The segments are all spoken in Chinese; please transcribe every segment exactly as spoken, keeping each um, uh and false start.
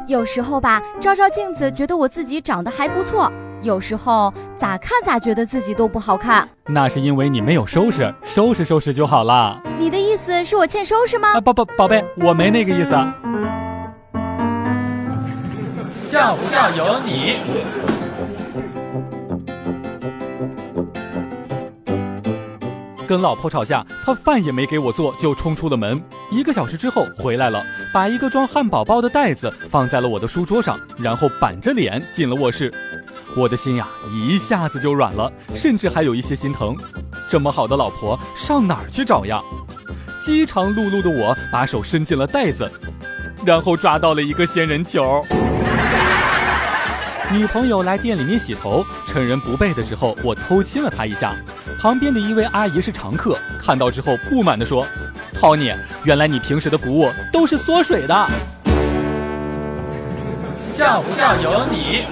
有时候吧，照照镜子觉得我自己长得还不错，有时候咋看咋觉得自己都不好看。 那是因为你没有收拾，收拾收拾就好了。 你的意思是我欠收拾吗？ 啊，宝宝宝贝，我没那个意思。 笑不笑由你。 跟老婆吵架，她饭也没给我做就冲出了门。一个小时之后回来了，把一个装汉堡包的袋子放在了我的书桌上，然后板着脸进了卧室。我的心呀一下子就软了，甚至还有一些心疼。这么好的老婆上哪儿去找呀？饥肠辘辘的我把手伸进了袋子，然后抓到了一个仙人球。女朋友来店里面洗头，趁人不备的时候，我偷亲了她一下。旁边的一位阿姨是常客，看到之后不满地说：“Tony，原来你平时的服务都是缩水的。” 笑不笑由你。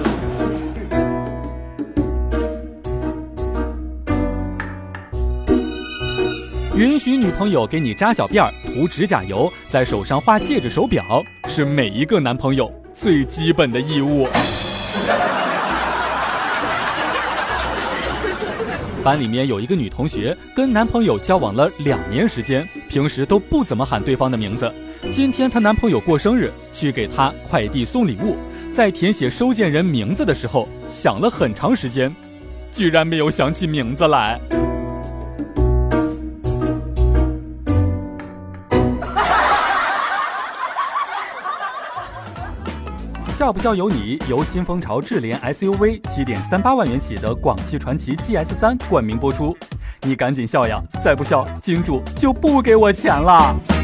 允许女朋友给你扎小辫儿、涂指甲油、在手上画戒指、手表，是每一个男朋友最基本的义务。班里面有一个女同学跟男朋友交往了两年时间，平时都不怎么喊对方的名字。今天她男朋友过生日，去给她快递送礼物，在填写收件人名字的时候，想了很长时间，居然没有想起名字来。笑不笑由你，由新风潮智联 S U V 七点三八万元起的广汽传祺 G S 三冠名播出。你赶紧笑呀，再不笑，金主就不给我钱了。